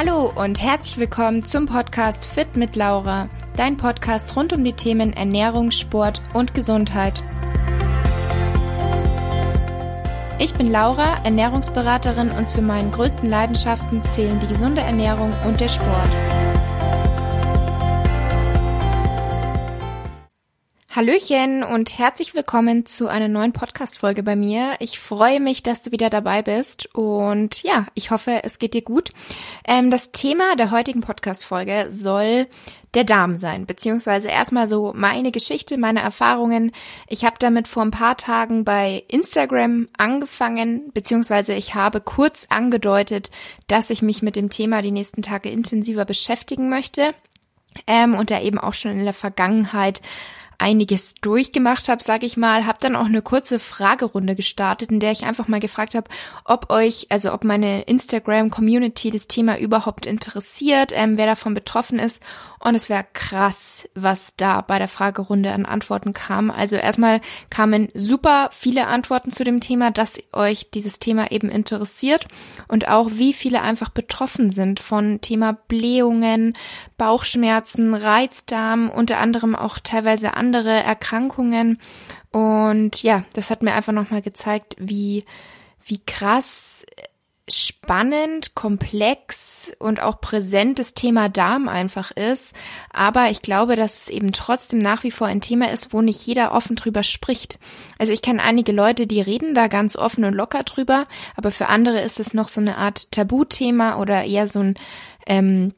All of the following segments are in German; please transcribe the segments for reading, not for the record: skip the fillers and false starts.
Hallo und herzlich willkommen zum Podcast Fit mit Laura, dein Podcast rund um die Themen Ernährung, Sport und Gesundheit. Ich bin Laura, Ernährungsberaterin und zu meinen größten Leidenschaften zählen die gesunde Ernährung und der Sport. Hallöchen und herzlich willkommen zu einer neuen Podcast-Folge bei mir. Ich freue mich, dass du wieder dabei bist und ja, ich hoffe, es geht dir gut. Das Thema der heutigen Podcast-Folge soll der Darm sein, beziehungsweise erstmal so meine Geschichte, meine Erfahrungen. Ich habe damit vor ein paar Tagen bei Instagram angefangen, beziehungsweise ich habe kurz angedeutet, dass ich mich mit dem Thema die nächsten Tage intensiver beschäftigen möchte und da eben auch schon in der Vergangenheit einiges durchgemacht habe, sage ich mal, habe dann auch eine kurze Fragerunde gestartet, in der ich einfach mal gefragt habe, ob meine Instagram-Community das Thema überhaupt interessiert, wer davon betroffen ist. Und es wäre krass, was da bei der Fragerunde an Antworten kam. Also erstmal kamen super viele Antworten zu dem Thema, dass euch dieses Thema eben interessiert und auch wie viele einfach betroffen sind von Thema Blähungen, Bauchschmerzen, Reizdarm, unter anderem auch teilweise andere Erkrankungen. Und ja, das hat mir einfach nochmal gezeigt, wie krass spannend, komplex und auch präsent das Thema Darm einfach ist. Aber ich glaube, dass es eben trotzdem nach wie vor ein Thema ist, wo nicht jeder offen drüber spricht. Also ich kenne einige Leute, die reden da ganz offen und locker drüber, aber für andere ist es noch so eine Art Tabuthema oder eher so ein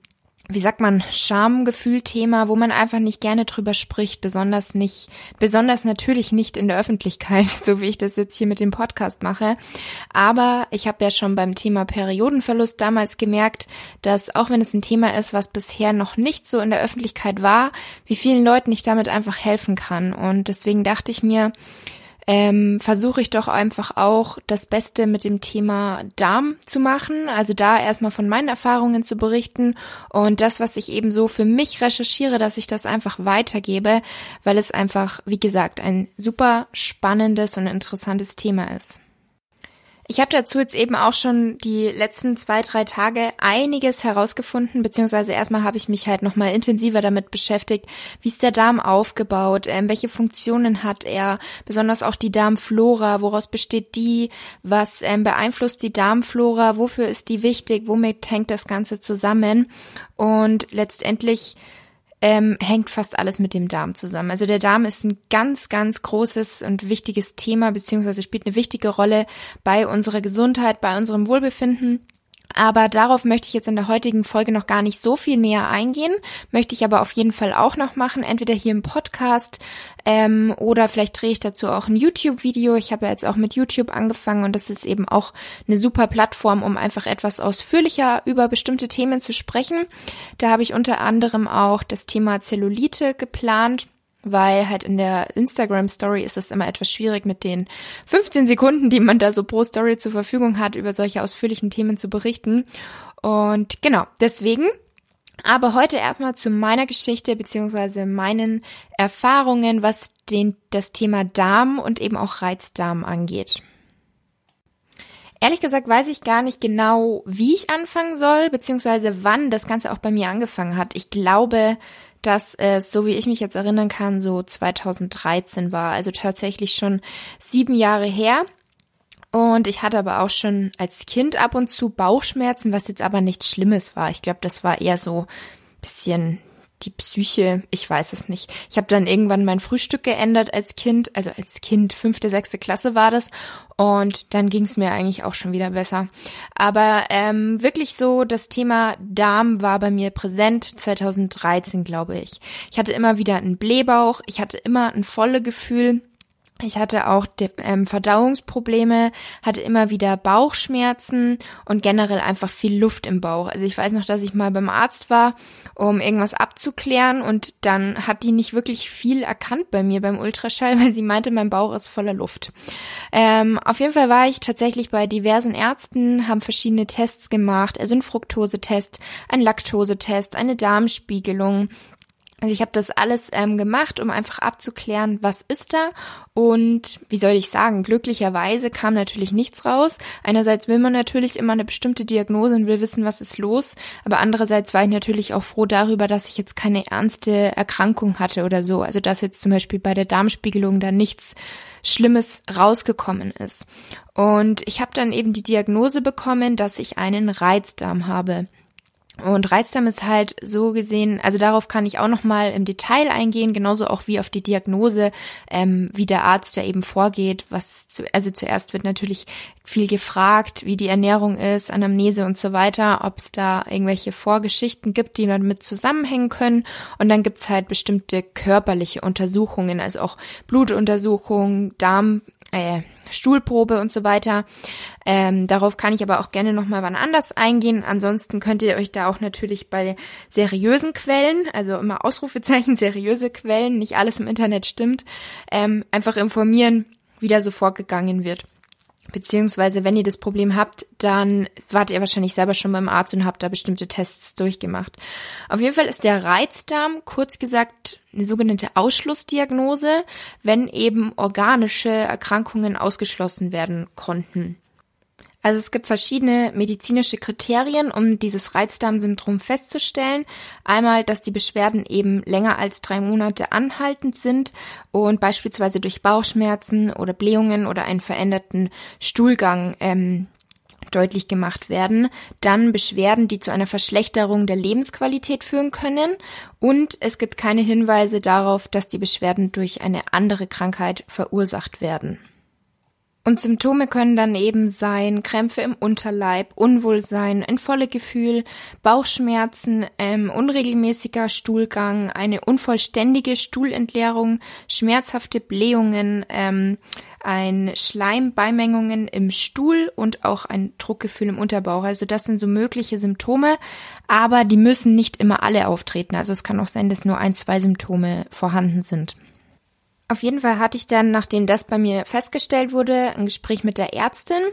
Schamgefühl-Thema, wo man einfach nicht gerne drüber spricht, besonders natürlich nicht in der Öffentlichkeit, so wie ich das jetzt hier mit dem Podcast mache. Aber ich habe ja schon beim Thema Periodenverlust damals gemerkt, dass auch wenn es ein Thema ist, was bisher noch nicht so in der Öffentlichkeit war, wie vielen Leuten ich damit einfach helfen kann. Und deswegen dachte ich mir, versuche ich doch einfach auch das Beste mit dem Thema Darm zu machen, also da erstmal von meinen Erfahrungen zu berichten und das, was ich eben so für mich recherchiere, dass ich das einfach weitergebe, weil es einfach, wie gesagt, ein super spannendes und interessantes Thema ist. Ich habe dazu jetzt eben auch schon die letzten 2-3 Tage einiges herausgefunden, beziehungsweise erstmal habe ich mich halt nochmal intensiver damit beschäftigt, wie ist der Darm aufgebaut, welche Funktionen hat er, besonders auch die Darmflora, woraus besteht die, was beeinflusst die Darmflora, wofür ist die wichtig, womit hängt das Ganze zusammen und letztendlich hängt fast alles mit dem Darm zusammen. Also der Darm ist ein ganz, ganz großes und wichtiges Thema, beziehungsweise spielt eine wichtige Rolle bei unserer Gesundheit, bei unserem Wohlbefinden. Aber darauf möchte ich jetzt in der heutigen Folge noch gar nicht so viel näher eingehen, möchte ich aber auf jeden Fall auch noch machen, entweder hier im Podcast oder vielleicht drehe ich dazu auch ein YouTube-Video. Ich habe ja jetzt auch mit YouTube angefangen und das ist eben auch eine super Plattform, um einfach etwas ausführlicher über bestimmte Themen zu sprechen. Da habe ich unter anderem auch das Thema Zellulite geplant, weil halt in der Instagram-Story ist es immer etwas schwierig mit den 15 Sekunden, die man da so pro Story zur Verfügung hat, über solche ausführlichen Themen zu berichten. Und genau, deswegen, aber heute erstmal zu meiner Geschichte beziehungsweise meinen Erfahrungen, was das Thema Darm und eben auch Reizdarm angeht. Ehrlich gesagt weiß ich gar nicht genau, wie ich anfangen soll, beziehungsweise wann das Ganze auch bei mir angefangen hat. Ich glaube, dass es, so wie ich mich jetzt erinnern kann, so 2013 war, also tatsächlich schon 7 Jahre her. Und ich hatte aber auch schon als Kind ab und zu Bauchschmerzen, was jetzt aber nichts Schlimmes war. Ich glaube, das war eher so ein bisschen die Psyche, ich weiß es nicht. Ich habe dann irgendwann mein Frühstück geändert als Kind, 5., 6. Klasse war das und dann ging es mir eigentlich auch schon wieder besser. Aber wirklich so, das Thema Darm war bei mir präsent 2013, glaube ich. Ich hatte immer wieder einen Blähbauch, ich hatte immer ein volles Gefühl. Ich hatte auch Verdauungsprobleme, hatte immer wieder Bauchschmerzen und generell einfach viel Luft im Bauch. Also ich weiß noch, dass ich mal beim Arzt war, um irgendwas abzuklären und dann hat die nicht wirklich viel erkannt bei mir beim Ultraschall, weil sie meinte, mein Bauch ist voller Luft. Auf jeden Fall war ich tatsächlich bei diversen Ärzten, haben verschiedene Tests gemacht, also einen Fructosetest, einen Laktosetest, eine Darmspiegelung. Also ich habe das alles gemacht, um einfach abzuklären, was ist da, und wie soll ich sagen, glücklicherweise kam natürlich nichts raus. Einerseits will man natürlich immer eine bestimmte Diagnose und will wissen, was ist los, aber andererseits war ich natürlich auch froh darüber, dass ich jetzt keine ernste Erkrankung hatte oder so, also dass jetzt zum Beispiel bei der Darmspiegelung da nichts Schlimmes rausgekommen ist. Und ich habe dann eben die Diagnose bekommen, dass ich einen Reizdarm habe. Und Reizdarm ist halt so gesehen, also darauf kann ich auch nochmal im Detail eingehen, genauso auch wie auf die Diagnose, wie der Arzt da eben vorgeht. Also zuerst wird natürlich viel gefragt, wie die Ernährung ist, Anamnese und so weiter, ob es da irgendwelche Vorgeschichten gibt, die damit zusammenhängen können. Und dann gibt's halt bestimmte körperliche Untersuchungen, also auch Blutuntersuchungen, Stuhlprobe und so weiter. Darauf kann ich aber auch gerne nochmal wann anders eingehen. Ansonsten könnt ihr euch da auch natürlich bei seriösen Quellen, also immer Ausrufezeichen, seriöse Quellen, nicht alles im Internet stimmt, einfach informieren, wie da so vorgegangen wird. Beziehungsweise, wenn ihr das Problem habt, dann wart ihr wahrscheinlich selber schon beim Arzt und habt da bestimmte Tests durchgemacht. Auf jeden Fall ist der Reizdarm, kurz gesagt, eine sogenannte Ausschlussdiagnose, wenn eben organische Erkrankungen ausgeschlossen werden konnten. Also es gibt verschiedene medizinische Kriterien, um dieses Reizdarmsyndrom festzustellen. Einmal, dass die Beschwerden eben länger als 3 Monate anhaltend sind und beispielsweise durch Bauchschmerzen oder Blähungen oder einen veränderten Stuhlgang deutlich gemacht werden. Dann Beschwerden, die zu einer Verschlechterung der Lebensqualität führen können. Und es gibt keine Hinweise darauf, dass die Beschwerden durch eine andere Krankheit verursacht werden. Und Symptome können dann eben sein Krämpfe im Unterleib, Unwohlsein, ein Völlegefühl, Bauchschmerzen, unregelmäßiger Stuhlgang, eine unvollständige Stuhlentleerung, schmerzhafte Blähungen, ein Schleimbeimengungen im Stuhl und auch ein Druckgefühl im Unterbauch. Also das sind so mögliche Symptome, aber die müssen nicht immer alle auftreten. Also es kann auch sein, dass nur 1, 2 Symptome vorhanden sind. Auf jeden Fall hatte ich dann, nachdem das bei mir festgestellt wurde, ein Gespräch mit der Ärztin.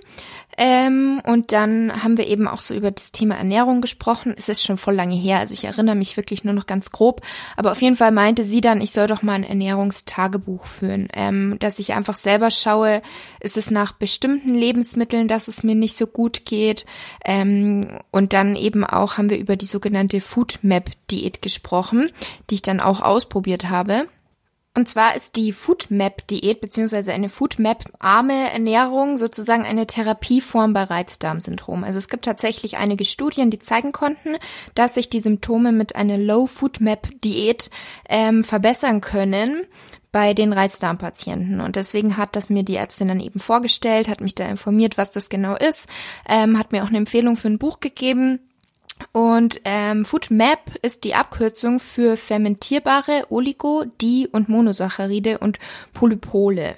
Und dann haben wir eben auch so über das Thema Ernährung gesprochen. Es ist schon voll lange her, also ich erinnere mich wirklich nur noch ganz grob. Aber auf jeden Fall meinte sie dann, ich soll doch mal ein Ernährungstagebuch führen. Dass ich einfach selber schaue, ist es nach bestimmten Lebensmitteln, dass es mir nicht so gut geht. Und dann eben auch haben wir über die sogenannte Food-Map-Diät gesprochen, die ich dann auch ausprobiert habe. Und zwar ist die Food-Map-Diät bzw. eine Food-Map-arme Ernährung sozusagen eine Therapieform bei Reizdarmsyndrom. Also es gibt tatsächlich einige Studien, die zeigen konnten, dass sich die Symptome mit einer Low-Food-Map-Diät verbessern können bei den Reizdarmpatienten. Und deswegen hat das mir die Ärztin dann eben vorgestellt, hat mich da informiert, was das genau ist, hat mir auch eine Empfehlung für ein Buch gegeben. Und FoodMap ist die Abkürzung für fermentierbare Oligo-, Di- und Monosaccharide und Polyole.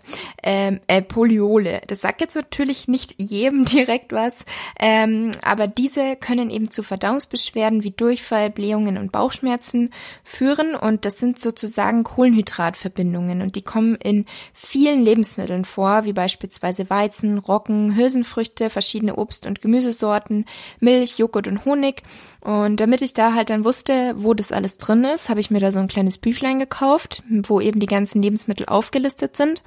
Das sagt jetzt natürlich nicht jedem direkt was, aber diese können eben zu Verdauungsbeschwerden wie Durchfall, Blähungen und Bauchschmerzen führen, und das sind sozusagen Kohlenhydratverbindungen, und die kommen in vielen Lebensmitteln vor, wie beispielsweise Weizen, Roggen, Hülsenfrüchte, verschiedene Obst- und Gemüsesorten, Milch, Joghurt und Honig. Und damit ich da halt dann wusste, wo das alles drin ist, habe ich mir da so ein kleines Büchlein gekauft, wo eben die ganzen Lebensmittel aufgelistet sind.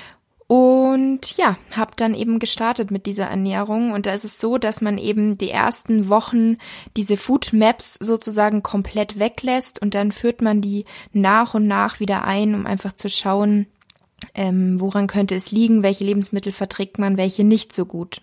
Und ja, habe dann eben gestartet mit dieser Ernährung. Und da ist es so, dass man eben die ersten Wochen diese Food Maps sozusagen komplett weglässt, und dann führt man die nach und nach wieder ein, um einfach zu schauen, woran könnte es liegen, welche Lebensmittel verträgt man, welche nicht so gut.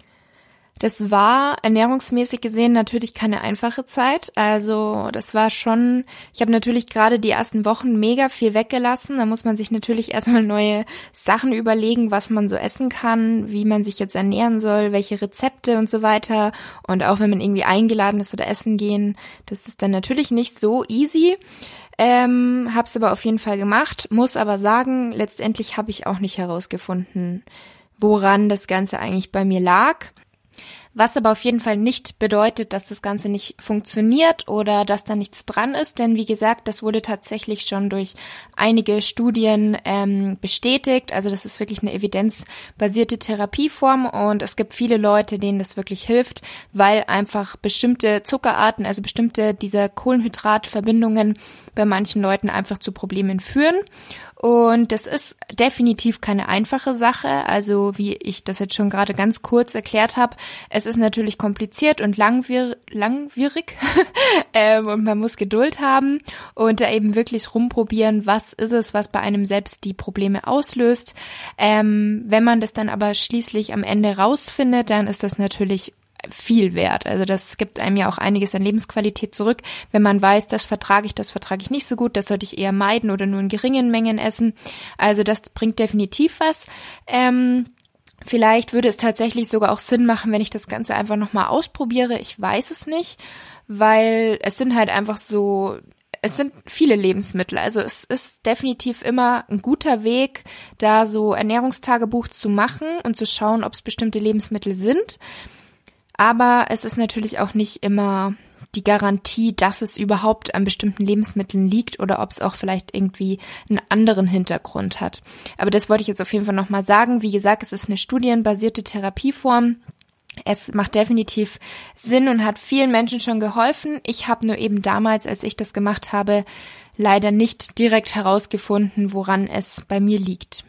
Das war ernährungsmäßig gesehen natürlich keine einfache Zeit. Also das war schon, ich habe natürlich gerade die ersten Wochen mega viel weggelassen. Da muss man sich natürlich erstmal neue Sachen überlegen, was man so essen kann, wie man sich jetzt ernähren soll, welche Rezepte und so weiter. Und auch wenn man irgendwie eingeladen ist oder essen gehen, das ist dann natürlich nicht so easy. Hab's aber auf jeden Fall gemacht, muss aber sagen, letztendlich habe ich auch nicht herausgefunden, woran das Ganze eigentlich bei mir lag. Was aber auf jeden Fall nicht bedeutet, dass das Ganze nicht funktioniert oder dass da nichts dran ist, denn wie gesagt, das wurde tatsächlich schon durch einige Studien bestätigt. Also das ist wirklich eine evidenzbasierte Therapieform und es gibt viele Leute, denen das wirklich hilft, weil einfach bestimmte Zuckerarten, also bestimmte dieser Kohlenhydratverbindungen bei manchen Leuten einfach zu Problemen führen. Und das ist definitiv keine einfache Sache, also wie ich das jetzt schon gerade ganz kurz erklärt habe. Es ist natürlich kompliziert und langwierig und man muss Geduld haben und da eben wirklich rumprobieren, was ist es, was bei einem selbst die Probleme auslöst. Wenn man das dann aber schließlich am Ende rausfindet, dann ist das natürlich viel wert. Also das gibt einem ja auch einiges an Lebensqualität zurück, wenn man weiß, das vertrage ich nicht so gut, das sollte ich eher meiden oder nur in geringen Mengen essen. Also das bringt definitiv was. Vielleicht würde es tatsächlich sogar auch Sinn machen, wenn ich das Ganze einfach nochmal ausprobiere. Ich weiß es nicht, weil es sind halt einfach so, es sind viele Lebensmittel. Also es ist definitiv immer ein guter Weg, da so Ernährungstagebuch zu machen und zu schauen, ob es bestimmte Lebensmittel sind. Aber es ist natürlich auch nicht immer die Garantie, dass es überhaupt an bestimmten Lebensmitteln liegt oder ob es auch vielleicht irgendwie einen anderen Hintergrund hat. Aber das wollte ich jetzt auf jeden Fall nochmal sagen. Wie gesagt, es ist eine studienbasierte Therapieform. Es macht definitiv Sinn und hat vielen Menschen schon geholfen. Ich habe nur eben damals, als ich das gemacht habe, leider nicht direkt herausgefunden, woran es bei mir liegt.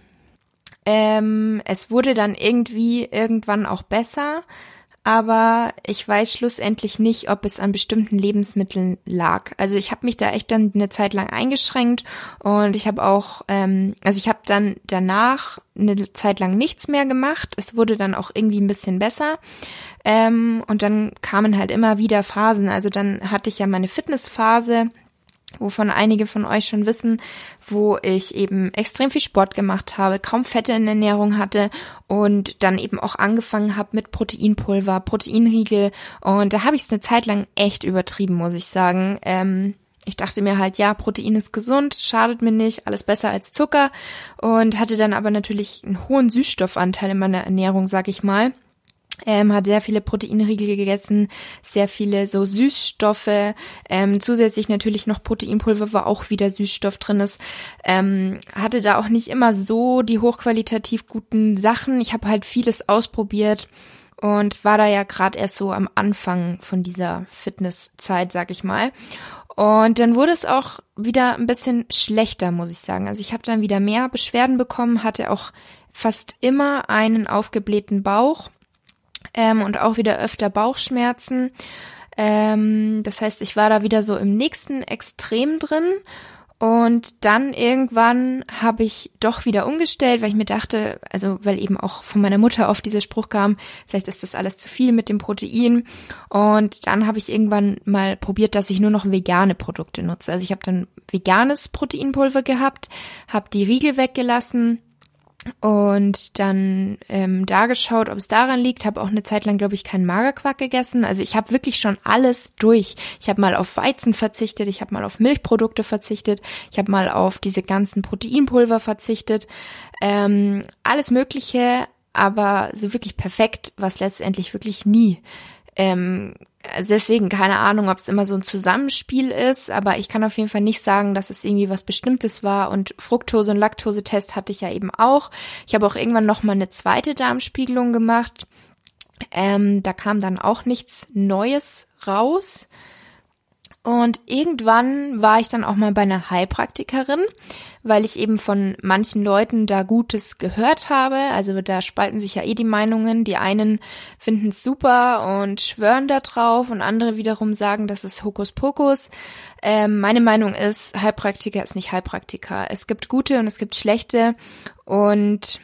Es wurde dann irgendwann auch besser. Aber ich weiß schlussendlich nicht, ob es an bestimmten Lebensmitteln lag. Also ich habe mich da echt dann eine Zeit lang eingeschränkt und ich habe auch, ich habe dann danach eine Zeit lang nichts mehr gemacht. Es wurde dann auch irgendwie ein bisschen besser und dann kamen halt immer wieder Phasen. Also dann hatte ich ja meine Fitnessphase, wovon einige von euch schon wissen, wo ich eben extrem viel Sport gemacht habe, kaum Fette in der Ernährung hatte und dann eben auch angefangen habe mit Proteinpulver, Proteinriegel und da habe ich es eine Zeit lang echt übertrieben, muss ich sagen. Ich dachte mir halt, ja, Protein ist gesund, schadet mir nicht, alles besser als Zucker und hatte dann aber natürlich einen hohen Süßstoffanteil in meiner Ernährung, sag ich mal. Hat sehr viele Proteinriegel gegessen, sehr viele so Süßstoffe, zusätzlich natürlich noch Proteinpulver, wo auch wieder Süßstoff drin ist. Hatte da auch nicht immer so die hochqualitativ guten Sachen. Ich habe halt vieles ausprobiert und war da ja gerade erst so am Anfang von dieser Fitnesszeit, sag ich mal. Und dann wurde es auch wieder ein bisschen schlechter, muss ich sagen. Also ich habe dann wieder mehr Beschwerden bekommen, hatte auch fast immer einen aufgeblähten Bauch. Und auch wieder öfter Bauchschmerzen. Das heißt, ich war da wieder so im nächsten Extrem drin und dann irgendwann habe ich doch wieder umgestellt, weil ich mir dachte, also weil eben auch von meiner Mutter oft dieser Spruch kam, vielleicht ist das alles zu viel mit dem Protein und dann habe ich irgendwann mal probiert, dass ich nur noch vegane Produkte nutze. Also ich habe dann veganes Proteinpulver gehabt, habe die Riegel weggelassen und dann da geschaut, ob es daran liegt. Habe auch eine Zeit lang, glaube ich, keinen Magerquark gegessen. Also ich habe wirklich schon alles durch. Ich habe mal auf Weizen verzichtet, ich habe mal auf Milchprodukte verzichtet, ich habe mal auf diese ganzen Proteinpulver verzichtet. Alles Mögliche, aber so wirklich perfekt, was letztendlich wirklich nie. Also deswegen keine Ahnung, ob es immer so ein Zusammenspiel ist, aber ich kann auf jeden Fall nicht sagen, dass es irgendwie was Bestimmtes war und Fructose- und Laktosetest hatte ich ja eben auch. Ich habe auch irgendwann noch mal eine zweite Darmspiegelung gemacht. Da kam dann auch nichts Neues raus. Und irgendwann war ich dann auch mal bei einer Heilpraktikerin, weil ich eben von manchen Leuten da Gutes gehört habe. Also da spalten sich ja die Meinungen. Die einen finden es super und schwören da drauf und andere wiederum sagen, das ist Hokuspokus. Meine Meinung ist, Heilpraktiker ist nicht Heilpraktiker. Es gibt gute und es gibt schlechte und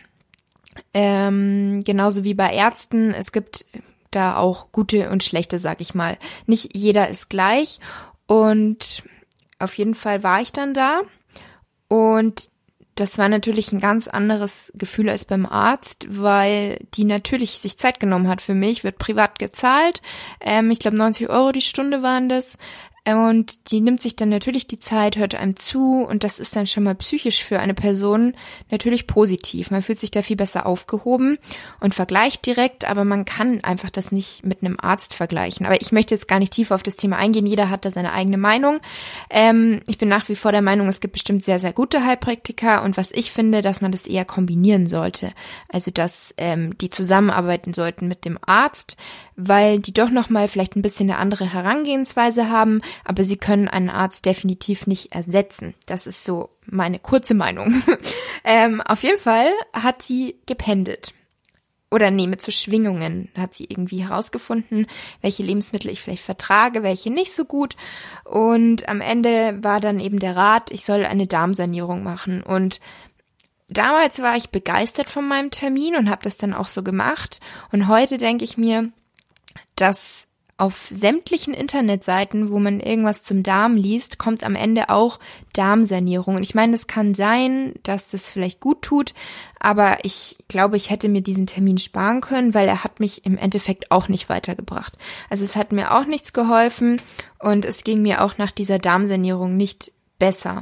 genauso wie bei Ärzten, es gibt da auch gute und schlechte, sag ich mal. Nicht jeder ist gleich und auf jeden Fall war ich dann da und das war natürlich ein ganz anderes Gefühl als beim Arzt, weil die natürlich sich Zeit genommen hat für mich, wird privat gezahlt. Ich glaube 90 € die Stunde waren das. Und die nimmt sich dann natürlich die Zeit, hört einem zu und das ist dann schon mal psychisch für eine Person natürlich positiv. Man fühlt sich da viel besser aufgehoben und vergleicht direkt, aber man kann einfach das nicht mit einem Arzt vergleichen. Aber ich möchte jetzt gar nicht tiefer auf das Thema eingehen, jeder hat da seine eigene Meinung. Ich bin nach wie vor der Meinung, es gibt bestimmt sehr, sehr gute Heilpraktiker und was ich finde, dass man das eher kombinieren sollte. Also dass die zusammenarbeiten sollten mit dem Arzt, weil die doch nochmal vielleicht ein bisschen eine andere Herangehensweise haben, aber sie können einen Arzt definitiv nicht ersetzen. Das ist so meine kurze Meinung. Auf jeden Fall hat sie gependelt. Oder nee, mit so Schwingungen hat sie irgendwie herausgefunden, welche Lebensmittel ich vielleicht vertrage, welche nicht so gut. Und am Ende war dann eben der Rat, ich soll eine Darmsanierung machen. Und damals war ich begeistert von meinem Termin und habe das dann auch so gemacht. Und heute denke ich mir, dass auf sämtlichen Internetseiten, wo man irgendwas zum Darm liest, kommt am Ende auch Darmsanierung. Und ich meine, es kann sein, dass das vielleicht gut tut, aber ich glaube, ich hätte mir diesen Termin sparen können, weil er hat mich im Endeffekt auch nicht weitergebracht. Also es hat mir auch nichts geholfen und es ging mir auch nach dieser Darmsanierung nicht besser.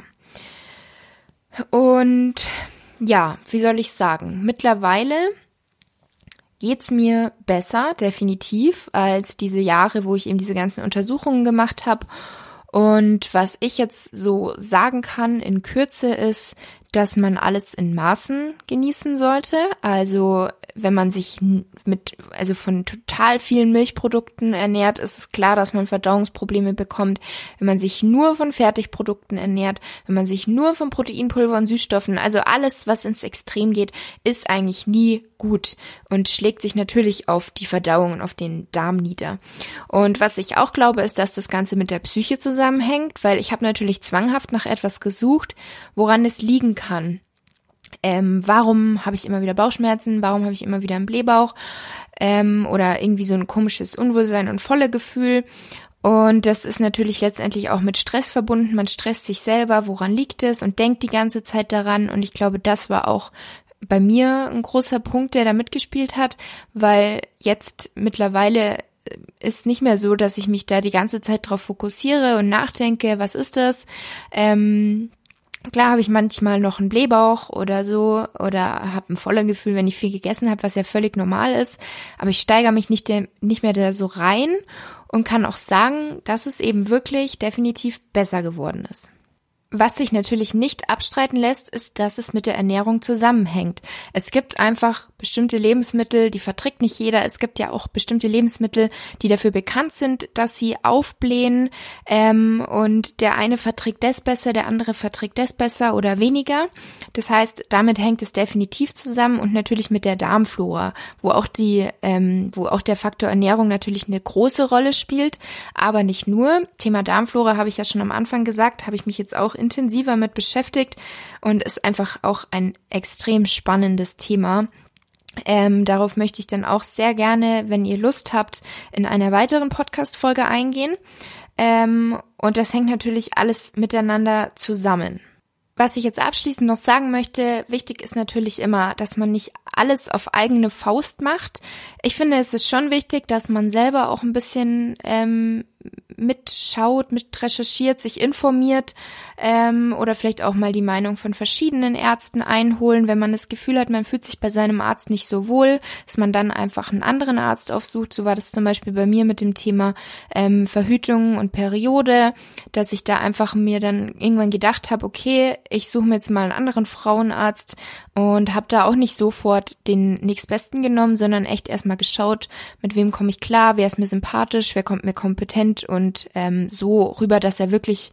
Und ja, wie soll ich sagen? Mittlerweile geht's mir besser, definitiv, als diese Jahre, wo ich eben diese ganzen Untersuchungen gemacht habe. Und was ich jetzt so sagen kann in Kürze ist, dass man alles in Maßen genießen sollte. Also wenn man sich von total vielen Milchprodukten ernährt, ist es klar, dass man Verdauungsprobleme bekommt. Wenn man sich nur von Fertigprodukten ernährt, wenn man sich nur von Proteinpulver und Süßstoffen, also alles, was ins Extrem geht, ist eigentlich nie gut und schlägt sich natürlich auf die Verdauung und auf den Darm nieder. Und was ich auch glaube, ist, dass das Ganze mit der Psyche zusammenhängt, weil ich habe natürlich zwanghaft nach etwas gesucht, woran es liegen kann. Warum habe ich immer wieder Bauchschmerzen? Warum habe ich immer wieder einen Blähbauch? Oder irgendwie so ein komisches Unwohlsein und Vollegefühl. Und das ist natürlich letztendlich auch mit Stress verbunden. Man stresst sich selber, woran liegt es und denkt die ganze Zeit daran. Und ich glaube, das war auch bei mir ein großer Punkt, der da mitgespielt hat, weil jetzt mittlerweile ist nicht mehr so, dass ich mich da die ganze Zeit drauf fokussiere und nachdenke, was ist das? Klar habe ich manchmal noch einen Blähbauch oder so oder habe ein Vollergefühl, wenn ich viel gegessen habe, was ja völlig normal ist. Aber ich steigere mich nicht mehr da so rein und kann auch sagen, dass es eben wirklich definitiv besser geworden ist. Was sich natürlich nicht abstreiten lässt, ist, dass es mit der Ernährung zusammenhängt. Es gibt einfach bestimmte Lebensmittel, die verträgt nicht jeder. Es gibt ja auch bestimmte Lebensmittel, die dafür bekannt sind, dass sie aufblähen. Und der eine verträgt das besser, der andere verträgt das besser oder weniger. Das heißt, damit hängt es definitiv zusammen und natürlich mit der Darmflora, wo auch der Faktor Ernährung natürlich eine große Rolle spielt. Aber nicht nur. Thema Darmflora habe ich ja schon am Anfang gesagt, habe ich mich jetzt auch intensiver mit beschäftigt und ist einfach auch ein extrem spannendes Thema. Darauf möchte ich dann auch sehr gerne, wenn ihr Lust habt, in einer weiteren Podcast-Folge eingehen. Und das hängt natürlich alles miteinander zusammen. Was ich jetzt abschließend noch sagen möchte, wichtig ist natürlich immer, dass man nicht alles auf eigene Faust macht. Ich finde, es ist schon wichtig, dass man selber auch ein bisschen mitschaut, mit recherchiert, sich informiert oder vielleicht auch mal die Meinung von verschiedenen Ärzten einholen. Wenn man das Gefühl hat, man fühlt sich bei seinem Arzt nicht so wohl, dass man dann einfach einen anderen Arzt aufsucht. So war das zum Beispiel bei mir mit dem Thema Verhütung und Periode, dass ich da einfach mir dann irgendwann gedacht habe, okay, ich suche mir jetzt mal einen anderen Frauenarzt und habe da auch nicht sofort den nächstbesten genommen, sondern echt erstmal geschaut, mit wem komme ich klar, wer ist mir sympathisch, wer kommt mir kompetent und so rüber, dass er wirklich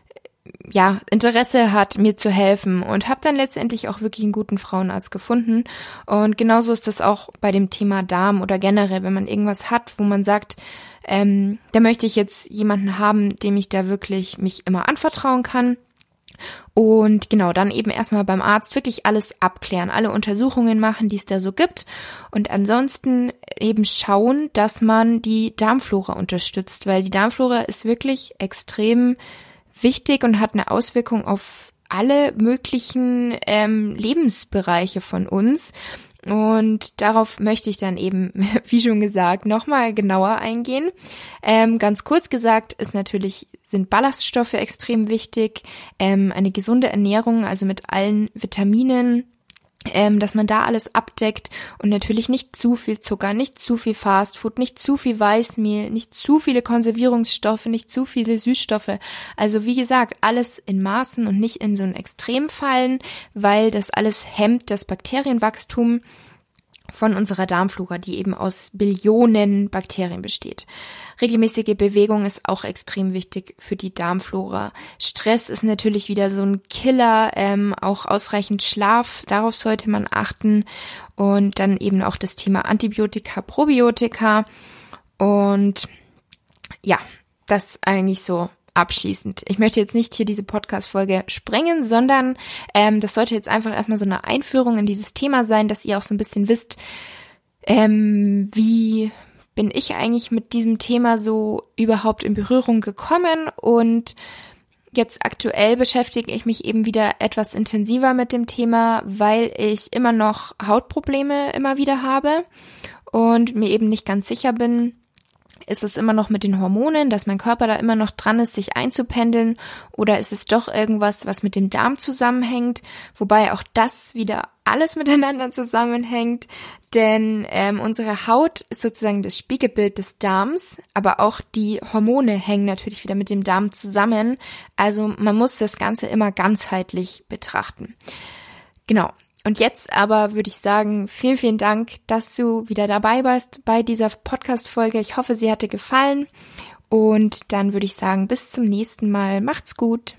Interesse hat, mir zu helfen und habe dann letztendlich auch wirklich einen guten Frauenarzt gefunden. Und genauso ist das auch bei dem Thema Darm oder generell, wenn man irgendwas hat, wo man sagt, da möchte ich jetzt jemanden haben, dem ich da wirklich mich immer anvertrauen kann. Und genau, dann eben erstmal beim Arzt wirklich alles abklären, alle Untersuchungen machen, die es da so gibt und ansonsten eben schauen, dass man die Darmflora unterstützt, weil die Darmflora ist wirklich extrem wichtig und hat eine Auswirkung auf alle möglichen Lebensbereiche von uns. Und darauf möchte ich dann eben, wie schon gesagt, nochmal genauer eingehen. Ganz kurz gesagt sind Ballaststoffe extrem wichtig, eine gesunde Ernährung, also mit allen Vitaminen, dass man da alles abdeckt und natürlich nicht zu viel Zucker, nicht zu viel Fastfood, nicht zu viel Weißmehl, nicht zu viele Konservierungsstoffe, nicht zu viele Süßstoffe. Also wie gesagt, alles in Maßen und nicht in so ein Extrem fallen, weil das alles hemmt das Bakterienwachstum von unserer Darmflora, die eben aus Billionen Bakterien besteht. Regelmäßige Bewegung ist auch extrem wichtig für die Darmflora. Stress ist natürlich wieder so ein Killer, auch ausreichend Schlaf, darauf sollte man achten. Und dann eben auch das Thema Antibiotika, Probiotika. Und ja, das eigentlich so abschließend. Ich möchte jetzt nicht hier diese Podcast-Folge sprengen, sondern das sollte jetzt einfach erstmal so eine Einführung in dieses Thema sein, dass ihr auch so ein bisschen wisst, wie bin ich eigentlich mit diesem Thema so überhaupt in Berührung gekommen. Und jetzt aktuell beschäftige ich mich eben wieder etwas intensiver mit dem Thema, weil ich immer noch Hautprobleme immer wieder habe und mir eben nicht ganz sicher bin, ist es immer noch mit den Hormonen, dass mein Körper da immer noch dran ist, sich einzupendeln, oder ist es doch irgendwas, was mit dem Darm zusammenhängt, wobei auch das wieder alles miteinander zusammenhängt, denn unsere Haut ist sozusagen das Spiegelbild des Darms, aber auch die Hormone hängen natürlich wieder mit dem Darm zusammen, also man muss das Ganze immer ganzheitlich betrachten. Genau. Und jetzt aber würde ich sagen, vielen, vielen Dank, dass du wieder dabei warst bei dieser Podcast-Folge. Ich hoffe, sie hat dir gefallen. Und dann würde ich sagen, bis zum nächsten Mal. Macht's gut.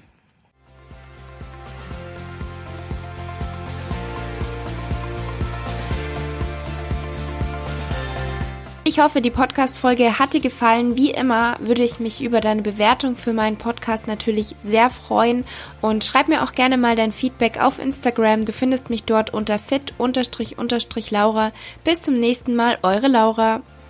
Ich hoffe, die Podcast-Folge hat dir gefallen. Wie immer würde ich mich über deine Bewertung für meinen Podcast natürlich sehr freuen. Und schreib mir auch gerne mal dein Feedback auf Instagram. Du findest mich dort unter fit__Laura. Bis zum nächsten Mal, eure Laura.